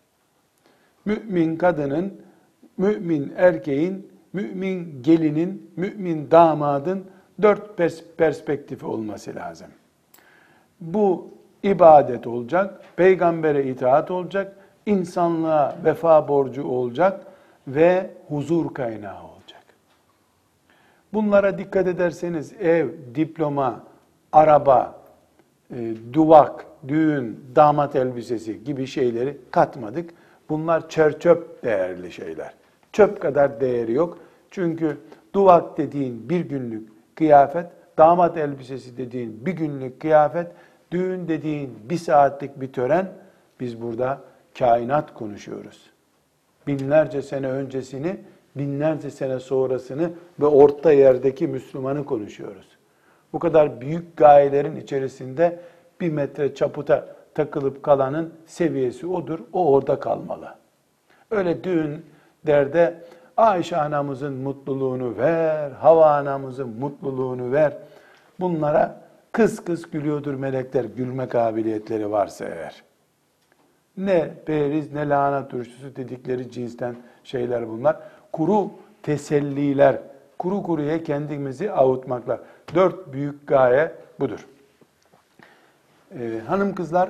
Mümin kadının, mümin erkeğin, mümin gelinin, mümin damadın dört perspektifi olması lazım. Bu ibadet olacak, peygambere itaat olacak, insanlığa vefa borcu olacak ve huzur kaynağı olacak. Bunlara dikkat ederseniz ev, diploma, araba, e, duvak, düğün, damat elbisesi gibi şeyleri katmadık. Bunlar çerçöp değerli şeyler. Çöp kadar değeri yok. Çünkü duvak dediğin bir günlük kıyafet, damat elbisesi dediğin bir günlük kıyafet, düğün dediğin bir saatlik bir tören. Biz burada kainat konuşuyoruz. Binlerce sene öncesini, binlerce sene sonrasını ve orta yerdeki Müslümanı konuşuyoruz. Bu kadar büyük gayelerin içerisinde bir metre çaputa takılıp kalanın seviyesi odur, o orada kalmalı. Öyle düğünlerde Ayşe anamızın mutluluğunu ver, Havva anamızın mutluluğunu ver. Bunlara kıs kıs gülüyordur melekler, gülme kabiliyetleri varsa eğer. Ne periz ne lahana turşusu dedikleri cinsten şeyler bunlar. Kuru teselliler, kuru kuruya kendimizi avutmakla. Dört büyük gaye budur. Ee, hanım kızlar,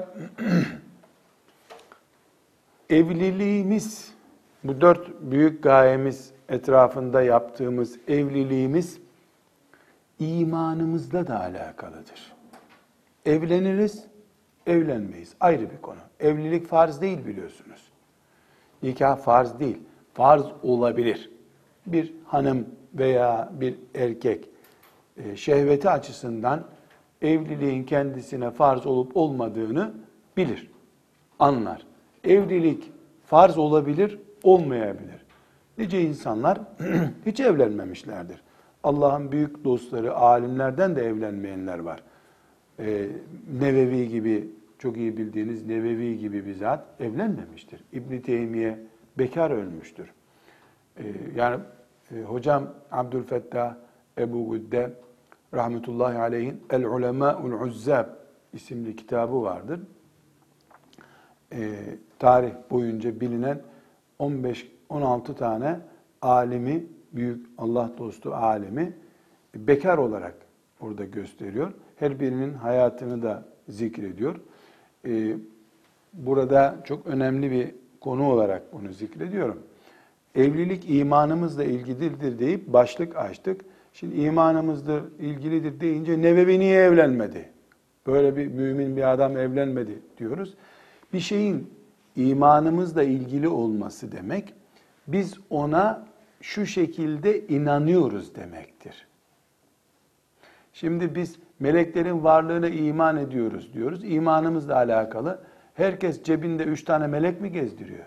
evliliğimiz, bu dört büyük gayemiz etrafında yaptığımız evliliğimiz imanımızla da alakalıdır. Evleniriz, evlenmeyiz. Ayrı bir konu. Evlilik farz değil biliyorsunuz. Nikah farz değil. Farz olabilir. bir hanım veya bir erkek e, şehveti açısından evliliğin kendisine farz olup olmadığını bilir, anlar. Evlilik farz olabilir, olmayabilir. Nice insanlar hiç evlenmemişlerdir. Allah'ın büyük dostları, alimlerden de evlenmeyenler var. Ee, Nevevi gibi, çok iyi bildiğiniz Nevevi gibi bir zat evlenmemiştir. İbn Teymiye bekar ölmüştür. Ee, yani e, hocam Abdülfettah Ebu Güdde rahmetullahi aleyhin El Ulemâ'ul Uzzab isimli kitabı vardır. Ee, tarih boyunca bilinen on beş on altı tane alimi, büyük Allah dostu alimi bekar olarak orada gösteriyor. Her birinin hayatını da zikrediyor. Ee, burada çok önemli bir konu olarak bunu zikrediyorum. Evlilik imanımızla ilgilidir deyip başlık açtık. Şimdi imanımızla ilgilidir deyince Nevevi niye evlenmedi? Böyle bir mümin bir adam evlenmedi diyoruz. Bir şeyin imanımızla ilgili olması demek, biz ona şu şekilde inanıyoruz demektir. Şimdi biz meleklerin varlığına iman ediyoruz diyoruz. İmanımızla alakalı. Herkes cebinde üç tane melek mi gezdiriyor?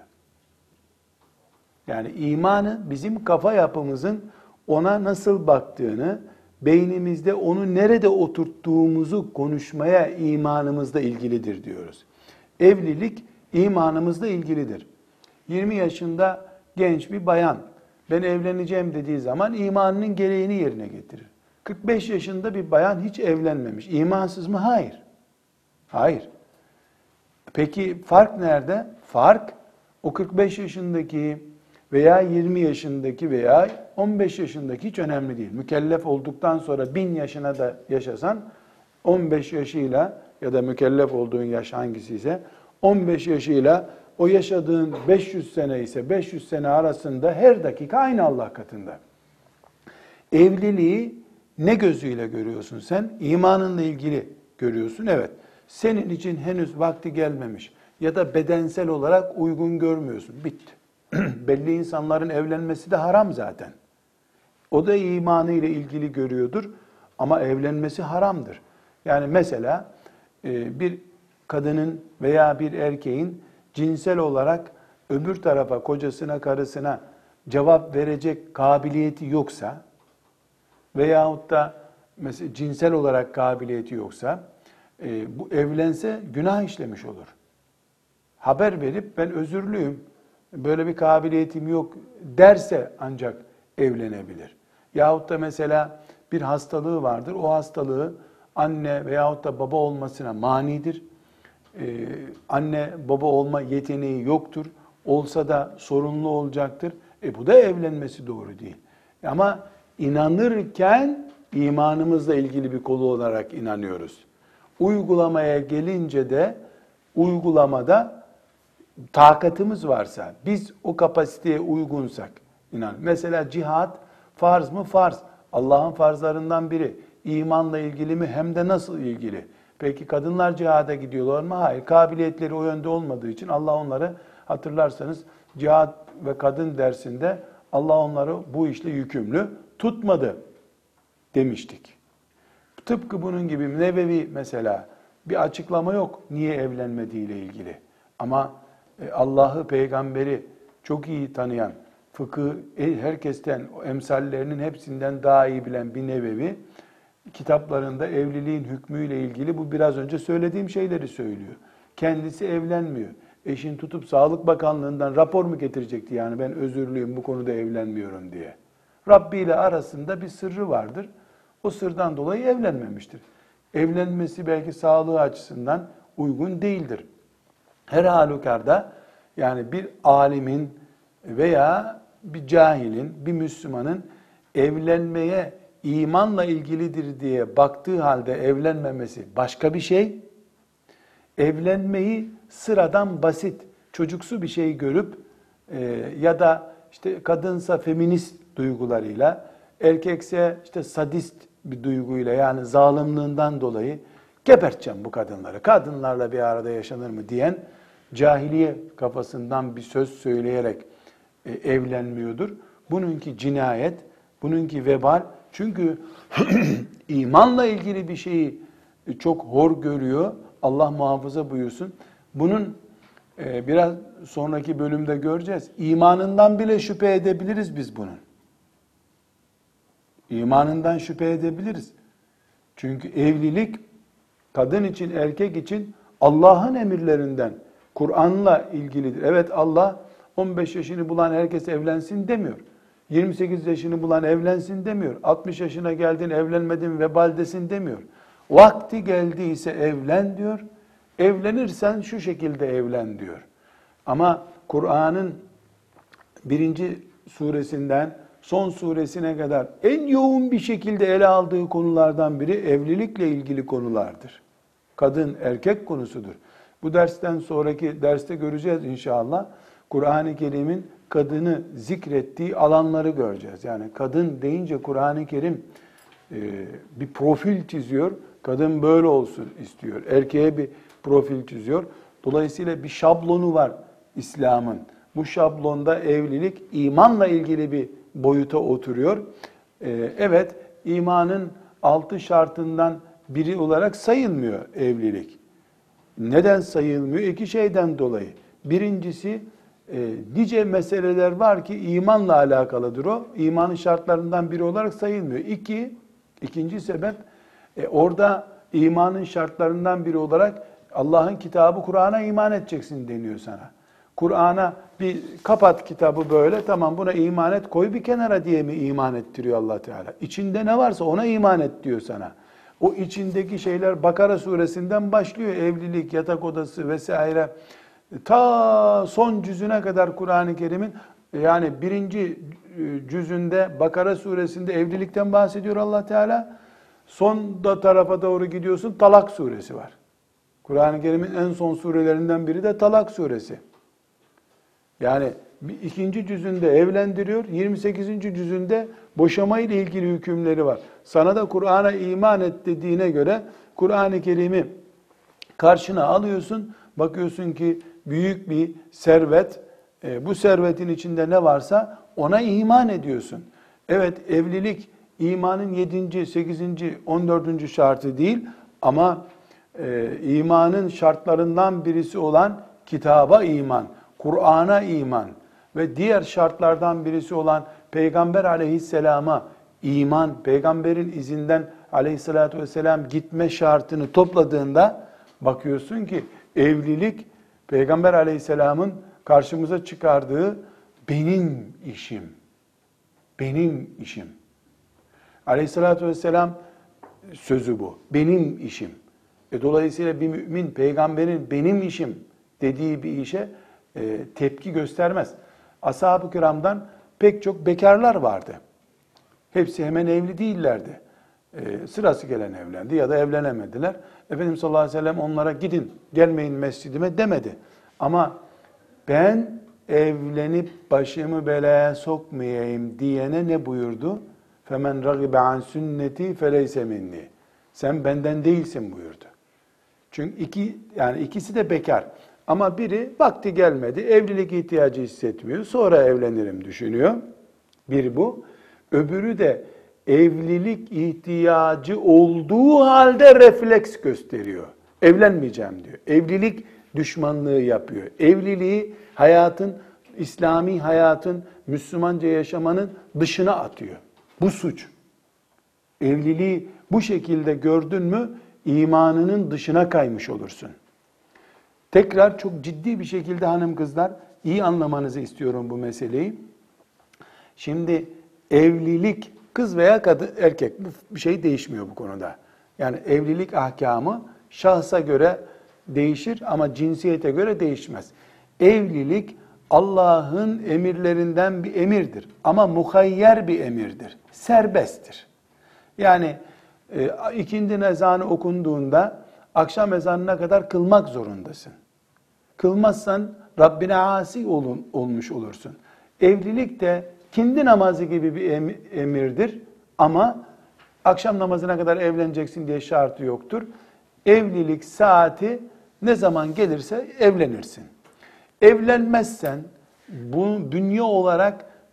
Yani imanı bizim kafa yapımızın ona nasıl baktığını, beynimizde onu nerede oturttuğumuzu konuşmaya imanımızla ilgilidir diyoruz. Evlilik imanımızla ilgilidir. yirmi yaşında genç bir bayan ben evleneceğim dediği zaman imanının gereğini yerine getirir. kırk beş yaşında bir bayan hiç evlenmemiş. İmansız mı? Hayır. Hayır. Peki fark nerede? Fark o kırk beş yaşındaki veya yirmi yaşındaki veya on beş yaşındaki hiç önemli değil. Mükellef olduktan sonra bin yaşına da yaşasan on beş yaşıyla ya da mükellef olduğun yaş hangisi ise on beş yaşıyla o yaşadığın beş yüz sene ise beş yüz sene arasında her dakika aynı Allah katında. Evliliği ne gözüyle görüyorsun sen? İmanınla ilgili görüyorsun. Evet. Senin için henüz vakti gelmemiş ya da bedensel olarak uygun görmüyorsun. Bitti. Belli insanların evlenmesi de haram zaten. O da imanı ile ilgili görüyordur ama evlenmesi haramdır. Yani mesela bir kadının veya bir erkeğin cinsel olarak öbür tarafa, kocasına, karısına cevap verecek kabiliyeti yoksa veyahut da mesela cinsel olarak kabiliyeti yoksa e, bu evlense günah işlemiş olur. Haber verip ben özürlüyüm, böyle bir kabiliyetim yok derse ancak evlenebilir. Yahut da mesela bir hastalığı vardır, o hastalığı anne veyahut da baba olmasına manidir. Ee, anne baba olma yeteneği yoktur. Olsa da sorunlu olacaktır. E bu da evlenmesi doğru değil. Ama inanırken imanımızla ilgili bir konu olarak inanıyoruz. Uygulamaya gelince de uygulamada takatımız varsa, biz o kapasiteye uygunsak inan. Mesela cihat farz mı? Farz. Allah'ın farzlarından biri. İmanla ilgili mi? Hem de nasıl ilgili? Peki kadınlar cihada gidiyorlar mı? Hayır. Kabiliyetleri o yönde olmadığı için Allah onları, hatırlarsanız cihat ve kadın dersinde Allah onları bu işle yükümlü tutmadı demiştik. Tıpkı bunun gibi Nevevi mesela bir açıklama yok niye evlenmediğiyle ilgili. Ama Allah'ı, peygamberi çok iyi tanıyan, fıkıh herkesten, emsallerinin hepsinden daha iyi bilen bir Nevevi, kitaplarında evliliğin hükmüyle ilgili bu biraz önce söylediğim şeyleri söylüyor. Kendisi evlenmiyor. Eşin tutup Sağlık Bakanlığı'ndan rapor mu getirecekti yani ben özürlüyüm bu konuda evlenmiyorum diye. Rabbi ile arasında bir sırrı vardır. O sırdan dolayı evlenmemiştir. Evlenmesi belki sağlığı açısından uygun değildir. Her halükarda yani bir alimin veya bir cahilin, bir Müslümanın evlenmeye imanla ilgilidir diye baktığı halde evlenmemesi başka bir şey. Evlenmeyi sıradan basit, çocuksu bir şey görüp e, ya da işte kadınsa feminist duygularıyla, erkekse işte sadist bir duyguyla yani zalimliğinden dolayı geberteceğim bu kadınları, kadınlarla bir arada yaşanır mı diyen cahiliye kafasından bir söz söyleyerek e, evlenmiyordur. bununki cinayet, bununki vebal. Çünkü imanla ilgili bir şeyi çok hor görüyor. Allah muhafaza buyursun. Bunun e, biraz sonraki bölümde göreceğiz. İmanından bile şüphe edebiliriz biz bunun. İmanından şüphe edebiliriz. Çünkü evlilik kadın için, erkek için Allah'ın emirlerinden, Kur'an'la ilgilidir. Evet, Allah on beş yaşını bulan herkes evlensin demiyor. yirmi sekiz yaşını bulan evlensin demiyor. altmış yaşına geldin evlenmedin vebaldesin demiyor. Vakti geldiyse evlen diyor. Evlenirsen şu şekilde evlen diyor. Ama Kur'an'ın birinci suresinden son suresine kadar en yoğun bir şekilde ele aldığı konulardan biri evlilikle ilgili konulardır. Kadın erkek konusudur. Bu dersten sonraki derste göreceğiz inşallah. Kur'an-ı Kerim'in kadını zikrettiği alanları göreceğiz. Yani kadın deyince Kur'an-ı Kerim e, bir profil çiziyor. Kadın böyle olsun istiyor. Erkeğe bir profil çiziyor. Dolayısıyla bir şablonu var İslam'ın. Bu şablonda evlilik imanla ilgili bir boyuta oturuyor. E, evet, imanın altı şartından biri olarak sayılmıyor evlilik. Neden sayılmıyor? İki şeyden dolayı. Birincisi, e, nice meseleler var ki imanla alakalıdır o. İmanın şartlarından biri olarak sayılmıyor. İki, ikinci sebep, e, orada imanın şartlarından biri olarak Allah'ın kitabı Kur'an'a iman edeceksin deniyor sana. Kur'an'a bir kapat kitabı böyle, tamam buna iman et, koy bir kenara diye mi iman ettiriyor Allah Teala? İçinde ne varsa ona iman et diyor sana. O içindeki şeyler Bakara suresinden başlıyor. Evlilik, yatak odası vesaire. Ta son cüzüne kadar Kur'an-ı Kerim'in, yani birinci cüzünde Bakara suresinde evlilikten bahsediyor Allah Teala. Son da tarafa doğru gidiyorsun, Talak suresi var. Kur'an-ı Kerim'in en son surelerinden biri de Talak suresi. Yani ikinci cüzünde evlendiriyor, yirmi sekizinci cüzünde boşama ile ilgili hükümleri var. Sana da Kur'an'a iman et dediğine göre Kur'an-ı Kerim'i karşına alıyorsun, bakıyorsun ki büyük bir servet, bu servetin içinde ne varsa ona iman ediyorsun. Evet, evlilik imanın yedinci, sekizinci, on dördüncü şartı değil ama e, imanın şartlarından birisi olan kitaba iman, Kur'an'a iman ve diğer şartlardan birisi olan Peygamber aleyhisselama iman, peygamberin izinden aleyhissalatü vesselam gitme şartını topladığında bakıyorsun ki evlilik Peygamber aleyhisselamın karşımıza çıkardığı benim işim, benim işim. Aleyhissalatü vesselam sözü bu, benim işim. E dolayısıyla bir mümin peygamberin benim işim dediği bir işe e, tepki göstermez. Ashab-ı kiramdan pek çok bekarlar vardı. Hepsi hemen evli değillerdi. E, sırası gelen evlendi ya da evlenemediler. Efendimiz sallallahu aleyhi ve sellem onlara gidin, gelmeyin mescidime demedi. Ama ben evlenip başımı belaya sokmayayım diyene ne buyurdu? Femen ragibe an sünneti feleyse minni. Sen benden değilsin buyurdu. Çünkü iki yani ikisi de bekar. Ama biri vakti gelmedi, evlilik ihtiyacı hissetmiyor, sonra evlenirim düşünüyor. Bir bu. Öbürü de evlilik ihtiyacı olduğu halde refleks gösteriyor. Evlenmeyeceğim diyor. Evlilik düşmanlığı yapıyor. Evliliği hayatın, İslami hayatın, Müslümanca yaşamanın dışına atıyor. Bu suç. Evliliği bu şekilde gördün mü imanının dışına kaymış olursun. Tekrar çok ciddi bir şekilde hanım kızlar iyi anlamanızı istiyorum bu meseleyi. Şimdi evlilik kız veya kadın erkek bir şey değişmiyor bu konuda. Yani evlilik ahkamı şahsa göre değişir ama cinsiyete göre değişmez. Evlilik Allah'ın emirlerinden bir emirdir ama muhayyer bir emirdir. Serbesttir. Yani e, ikindi ezanı okunduğunda akşam ezanına kadar kılmak zorundasın. Kılmazsan Rabbine asi olun, olmuş olursun. Evlilik de kindi namazı gibi bir emirdir ama akşam namazına kadar evleneceksin diye şartı yoktur. Evlilik saati ne zaman gelirse evlenirsin. Evlenmezsen bu dünya olarak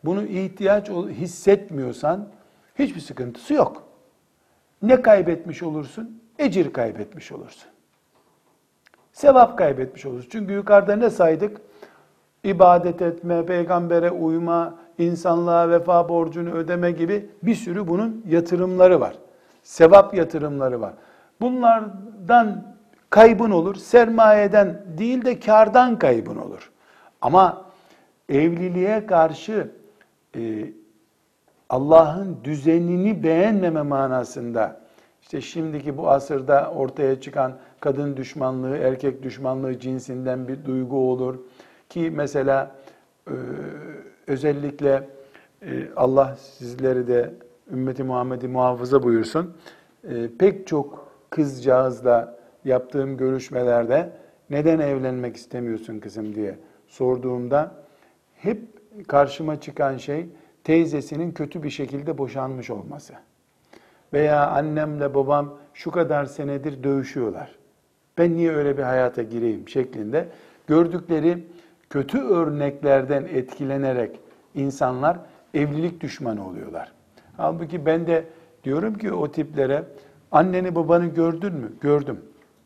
bunu ihtiyaç hissetmiyorsan hiçbir sıkıntısı yok. Ne kaybetmiş olursun? Ecir kaybetmiş olursun. Sevap kaybetmiş olursun. Çünkü yukarıda ne saydık? İbadet etme, peygambere uyma, insanlığa vefa borcunu ödeme gibi bir sürü bunun yatırımları var. Sevap yatırımları var. Bunlardan kaybın olur. Sermayeden değil de kârdan kaybın olur. Ama evliliğe karşı e, Allah'ın düzenini beğenmeme manasında, işte şimdiki bu asırda ortaya çıkan kadın düşmanlığı, erkek düşmanlığı cinsinden bir duygu olur. Ki mesela e, özellikle e, Allah sizleri de ümmeti Muhammed'i muhafaza buyursun. E, pek çok kızcağızla yaptığım görüşmelerde neden evlenmek istemiyorsun kızım diye sorduğumda hep karşıma çıkan şey teyzesinin kötü bir şekilde boşanmış olması. Veya annemle babam şu kadar senedir dövüşüyorlar. Ben niye öyle bir hayata gireyim şeklinde gördükleri kötü örneklerden etkilenerek insanlar evlilik düşmanı oluyorlar. Halbuki ben de diyorum ki o tiplere, anneni babanı gördün mü? Gördüm.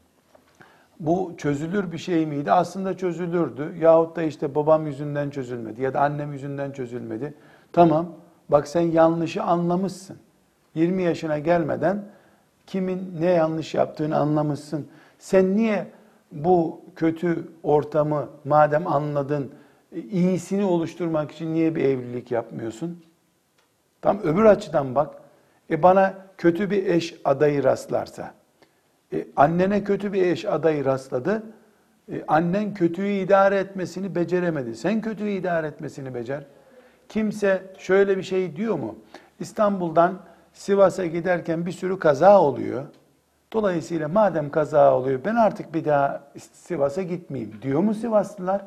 Bu çözülür bir şey miydi? Aslında çözülürdü. Yahut da işte babam yüzünden çözülmedi ya da annem yüzünden çözülmedi. Tamam, bak sen yanlışı anlamışsın. yirmi yaşına gelmeden kimin ne yanlış yaptığını anlamışsın. Sen niye bu kötü ortamı madem anladın, iyisini oluşturmak için niye bir evlilik yapmıyorsun? Tam öbür açıdan bak. E bana kötü bir eş adayı rastlarsa, e annene kötü bir eş adayı rastladı, e annen kötüyü idare etmesini beceremedi. Sen kötüyü idare etmesini becer. Kimse şöyle bir şey diyor mu? İstanbul'dan Sivas'a giderken bir sürü kaza oluyor. Dolayısıyla madem kaza oluyor ben artık bir daha Sivas'a gitmeyeyim diyor mu Sivaslılar?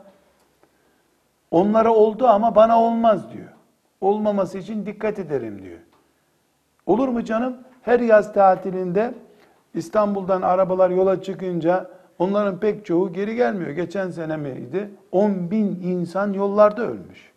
Onlara oldu ama bana olmaz diyor. Olmaması için dikkat ederim diyor. Olur mu canım? Her yaz tatilinde İstanbul'dan arabalar yola çıkınca onların pek çoğu geri gelmiyor. Geçen sene miydi? on bin insan yollarda ölmüş.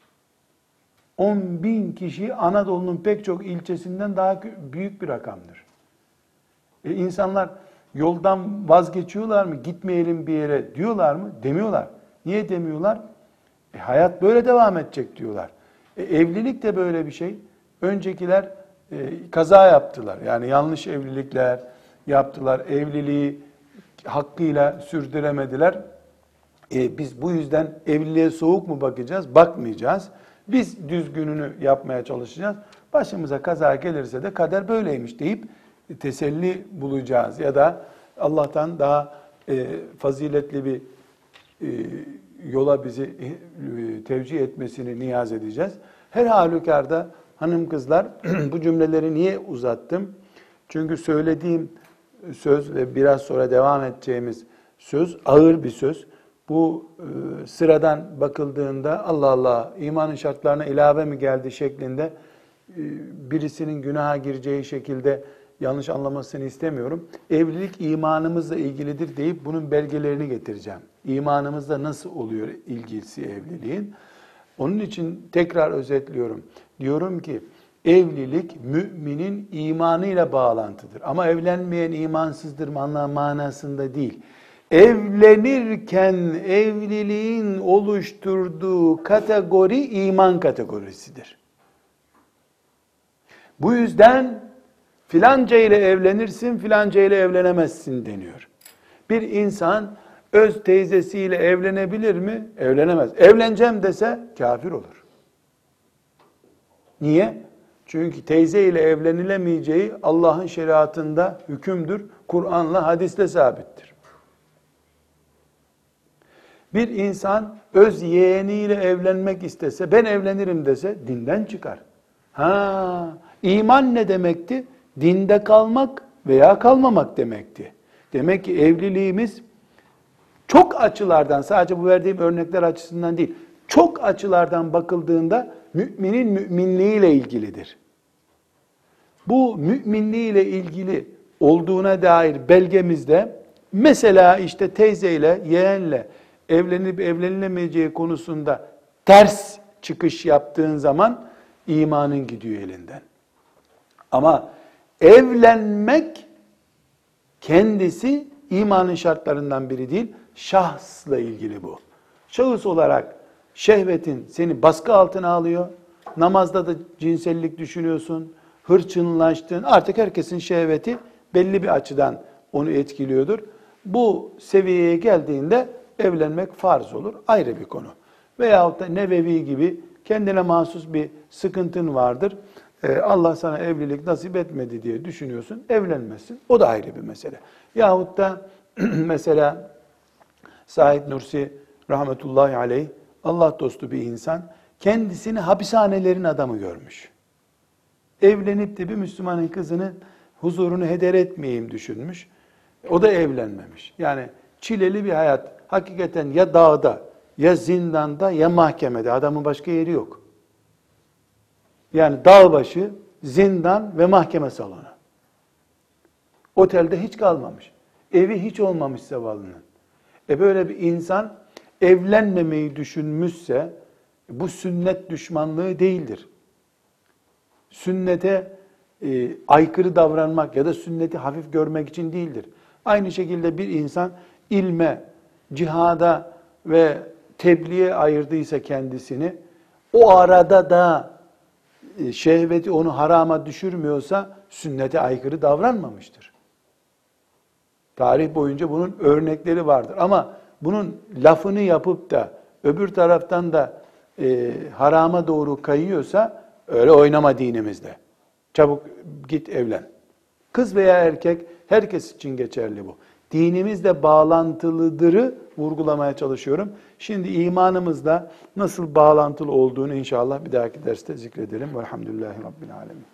on bin kişi Anadolu'nun pek çok ilçesinden daha büyük bir rakamdır. E insanlar yoldan vazgeçiyorlar mı? Gitmeyelim bir yere diyorlar mı? Demiyorlar. Niye demiyorlar? E hayat böyle devam edecek diyorlar. E evlilik de böyle bir şey. Öncekiler e, kaza yaptılar. Yani yanlış evlilikler yaptılar. Evliliği hakkıyla sürdüremediler. E, biz bu yüzden evliliğe soğuk mu bakacağız? Bakmayacağız. Biz düzgününü yapmaya çalışacağız. Başımıza kaza gelirse de kader böyleymiş deyip teselli bulacağız. Ya da Allah'tan daha e, faziletli bir e, yola bizi e, tevcih etmesini niyaz edeceğiz. Her halükarda hanım kızlar bu cümleleri niye uzattım? Çünkü söylediğim söz ve biraz sonra devam edeceğimiz söz ağır bir söz. Bu e, sıradan bakıldığında Allah Allah imanın şartlarına ilave mi geldi şeklinde e, birisinin günaha gireceği şekilde yanlış anlamasını istemiyorum. Evlilik imanımızla ilgilidir deyip bunun belgelerini getireceğim. İmanımızla nasıl oluyor ilgisi evliliğin? Onun için tekrar özetliyorum. Diyorum ki evlilik müminin imanıyla bağlantıdır. Ama evlenmeyen imansızdır manasında değil. Evlenirken evliliğin oluşturduğu kategori iman kategorisidir. Bu yüzden filanca ile evlenirsin, filanca ile evlenemezsin deniyor. Bir insan öz teyzesiyle evlenebilir mi? Evlenemez. Evleneceğim dese kafir olur. Niye? Çünkü teyze ile evlenilemeyeceği Allah'ın şeriatında hükümdür. Kur'an'la, hadisle sabittir. Bir insan öz yeğeniyle evlenmek istese, ben evlenirim dese dinden çıkar. Ha, iman ne demekti? Dinde kalmak veya kalmamak demekti. Demek ki evliliğimiz çok açılardan, sadece bu verdiğim örnekler açısından değil, çok açılardan bakıldığında müminin müminliğiyle ilgilidir. Bu müminliğiyle ilgili olduğuna dair belgemizde mesela işte teyzeyle, yeğenle evlenip evlenilemeyeceği konusunda ters çıkış yaptığın zaman imanın gidiyor elinden. Ama evlenmek kendisi imanın şartlarından biri değil, şahsla ilgili bu. Şahıs olarak şehvetin seni baskı altına alıyor, namazda da cinsellik düşünüyorsun, hırçınlaştın, artık herkesin şehveti belli bir açıdan onu etkiliyordur. Bu seviyeye geldiğinde evlenmek farz olur, ayrı bir konu. Veyahut da Nevevi gibi kendine mahsus bir sıkıntın vardır. Ee, Allah sana evlilik nasip etmedi diye düşünüyorsun, evlenmezsin. O da ayrı bir mesele. Yahut da mesela Said Nursi rahmetullahi aleyh, Allah dostu bir insan, kendisini hapishanelerin adamı görmüş. Evlenip de bir Müslümanın kızını huzurunu heder etmeyeyim düşünmüş. O da evlenmemiş. Yani çileli bir hayat. Hakikaten ya dağda, ya zindanda, ya mahkemede. Adamın başka yeri yok. Yani dağ başı, zindan ve mahkeme salonu. Otelde hiç kalmamış. Evi hiç olmamış zavallının. E böyle bir insan evlenmemeyi düşünmüşse bu sünnet düşmanlığı değildir. Sünnete e, aykırı davranmak ya da sünneti hafif görmek için değildir. Aynı şekilde bir insan ilme, cihada ve tebliğe ayırdıysa kendisini, o arada da e, şehveti onu harama düşürmüyorsa sünnete aykırı davranmamıştır. Tarih boyunca bunun örnekleri vardır. Ama bunun lafını yapıp da öbür taraftan da e, harama doğru kayıyorsa öyle oynama dinimizde. Çabuk git evlen. Kız veya erkek herkes için geçerli bu. Dinimizle bağlantılıdırı vurgulamaya çalışıyorum. Şimdi imanımızla nasıl bağlantılı olduğunu inşallah bir dahaki derste zikredelim. Velhamdülillahi Rabbil Alemin.